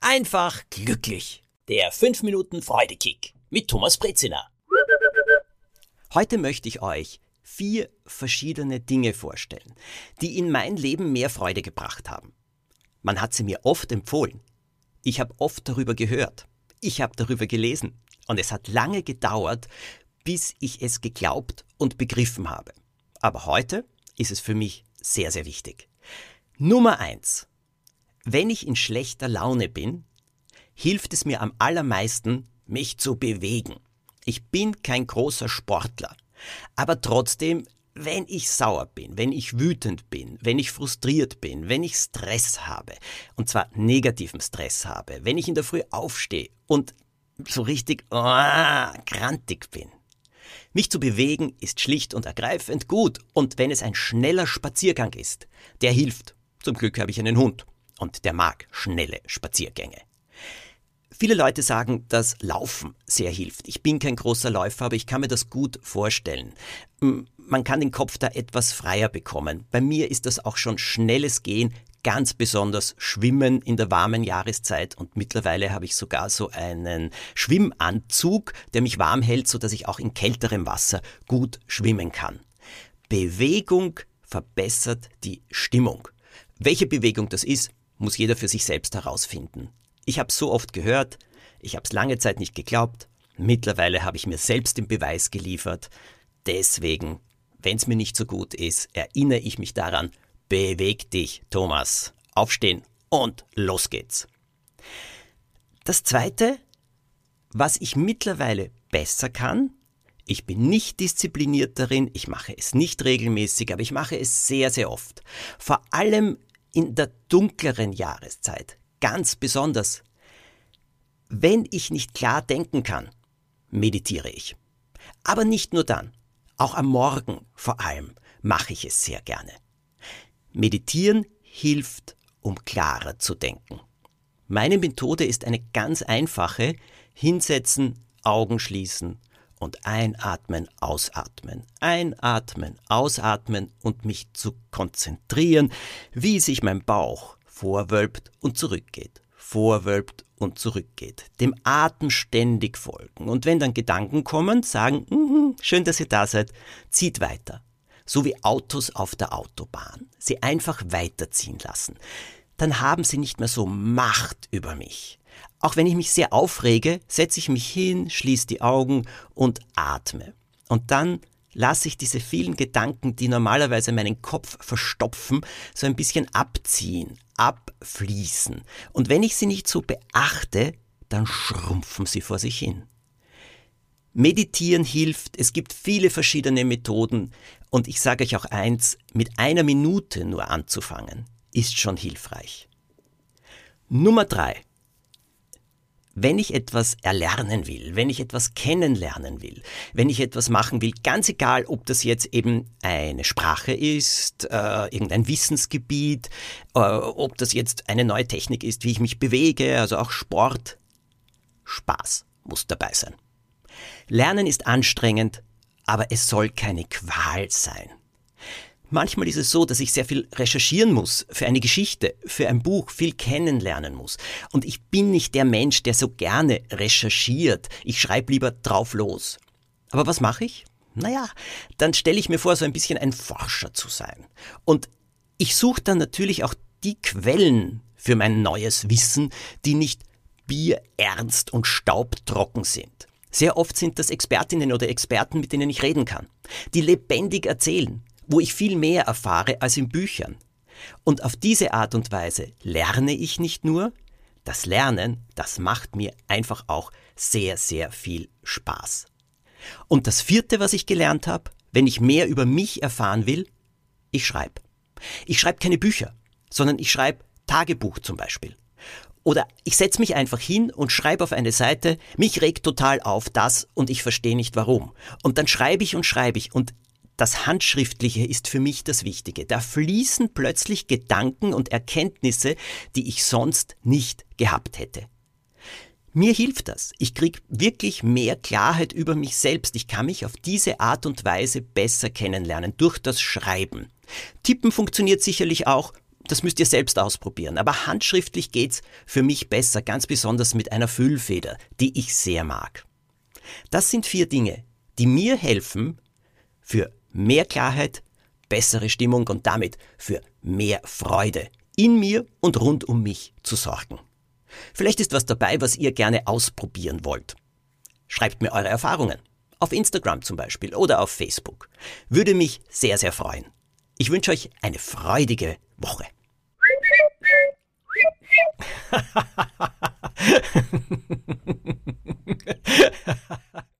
einfach glücklich. Der 5 Minuten Freudekick mit Thomas Brezina. Heute möchte ich euch 4 verschiedene Dinge vorstellen, die in mein Leben mehr Freude gebracht haben. Man hat sie mir oft empfohlen. Ich habe oft darüber gehört. Ich habe darüber gelesen. Und es hat lange gedauert, bis ich es geglaubt und begriffen habe. Aber heute ist es für mich sehr, sehr wichtig. Nummer 1. Wenn ich in schlechter Laune bin, hilft es mir am allermeisten, mich zu bewegen. Ich bin kein großer Sportler, aber trotzdem, wenn ich sauer bin, wenn ich wütend bin, wenn ich frustriert bin, wenn ich Stress habe, und zwar negativen Stress habe, wenn ich in der Früh aufstehe und so richtig grantig bin. Mich zu bewegen ist schlicht und ergreifend gut, und wenn es ein schneller Spaziergang ist, der hilft. Zum Glück habe ich einen Hund und der mag schnelle Spaziergänge. Viele Leute sagen, dass Laufen sehr hilft. Ich bin kein großer Läufer, aber ich kann mir das gut vorstellen. Man kann den Kopf da etwas freier bekommen. Bei mir ist das auch schon schnelles Gehen, ganz besonders Schwimmen in der warmen Jahreszeit, und mittlerweile habe ich sogar so einen Schwimmanzug, der mich warm hält, sodass ich auch in kälterem Wasser gut schwimmen kann. Bewegung verbessert die Stimmung. Welche Bewegung das ist, muss jeder für sich selbst herausfinden. Ich habe es so oft gehört, ich habe es lange Zeit nicht geglaubt, mittlerweile habe ich mir selbst den Beweis geliefert. Deswegen, wenn es mir nicht so gut ist, erinnere ich mich daran: beweg dich, Thomas. Aufstehen und los geht's. Das Zweite, was ich mittlerweile besser kann: ich bin nicht diszipliniert darin, ich mache es nicht regelmäßig, aber ich mache es sehr, sehr oft. Vor allem in der dunkleren Jahreszeit, ganz besonders. Wenn ich nicht klar denken kann, meditiere ich. Aber nicht nur dann, auch am Morgen vor allem mache ich es sehr gerne. Meditieren hilft, um klarer zu denken. Meine Methode ist eine ganz einfache: hinsetzen, Augen schließen und einatmen, ausatmen. Einatmen, ausatmen und mich zu konzentrieren, wie sich mein Bauch vorwölbt und zurückgeht. Vorwölbt und zurückgeht. Dem Atem ständig folgen. Und wenn dann Gedanken kommen, sagen: schön, dass ihr da seid, zieht weiter. So wie Autos auf der Autobahn. Sie einfach weiterziehen lassen. Dann haben sie nicht mehr so Macht über mich. Auch wenn ich mich sehr aufrege, setze ich mich hin, schließe die Augen und atme. Und dann lasse ich diese vielen Gedanken, die normalerweise meinen Kopf verstopfen, so ein bisschen abziehen, abfließen. Und wenn ich sie nicht so beachte, dann schrumpfen sie vor sich hin. Meditieren hilft, es gibt viele verschiedene Methoden, und ich sage euch auch eins: mit 1 Minute nur anzufangen, ist schon hilfreich. Nummer 3. Wenn ich etwas erlernen will, wenn ich etwas kennenlernen will, wenn ich etwas machen will, ganz egal, ob das jetzt eben eine Sprache ist, irgendein Wissensgebiet, ob das jetzt eine neue Technik ist, wie ich mich bewege, also auch Sport, Spaß muss dabei sein. Lernen ist anstrengend, aber es soll keine Qual sein. Manchmal ist es so, dass ich sehr viel recherchieren muss für eine Geschichte, für ein Buch, viel kennenlernen muss. Und ich bin nicht der Mensch, der so gerne recherchiert. Ich schreibe lieber drauf los. Aber was mache ich? Naja, dann stelle ich mir vor, so ein bisschen ein Forscher zu sein. Und ich suche dann natürlich auch die Quellen für mein neues Wissen, die nicht bierernst und staubtrocken sind. Sehr oft sind das Expertinnen oder Experten, mit denen ich reden kann, die lebendig erzählen, wo ich viel mehr erfahre als in Büchern. Und auf diese Art und Weise lerne ich nicht nur. Das Lernen, das macht mir einfach auch sehr, sehr viel Spaß. Und das 4., was ich gelernt habe: wenn ich mehr über mich erfahren will, ich schreibe. Ich schreibe keine Bücher, sondern ich schreibe Tagebuch zum Beispiel. Oder ich setze mich einfach hin und schreibe auf eine Seite: mich regt total auf das und ich verstehe nicht warum. Und dann schreibe ich und das Handschriftliche ist für mich das Wichtige. Da fließen plötzlich Gedanken und Erkenntnisse, die ich sonst nicht gehabt hätte. Mir hilft das. Ich kriege wirklich mehr Klarheit über mich selbst. Ich kann mich auf diese Art und Weise besser kennenlernen, durch das Schreiben. Tippen funktioniert sicherlich auch, das müsst ihr selbst ausprobieren. Aber handschriftlich geht's für mich besser, ganz besonders mit einer Füllfeder, die ich sehr mag. Das sind 4 Dinge, die mir helfen, für mehr Klarheit, bessere Stimmung und damit für mehr Freude in mir und rund um mich zu sorgen. Vielleicht ist was dabei, was ihr gerne ausprobieren wollt. Schreibt mir eure Erfahrungen. Auf Instagram zum Beispiel oder auf Facebook. Würde mich sehr, sehr freuen. Ich wünsche euch eine freudige Woche.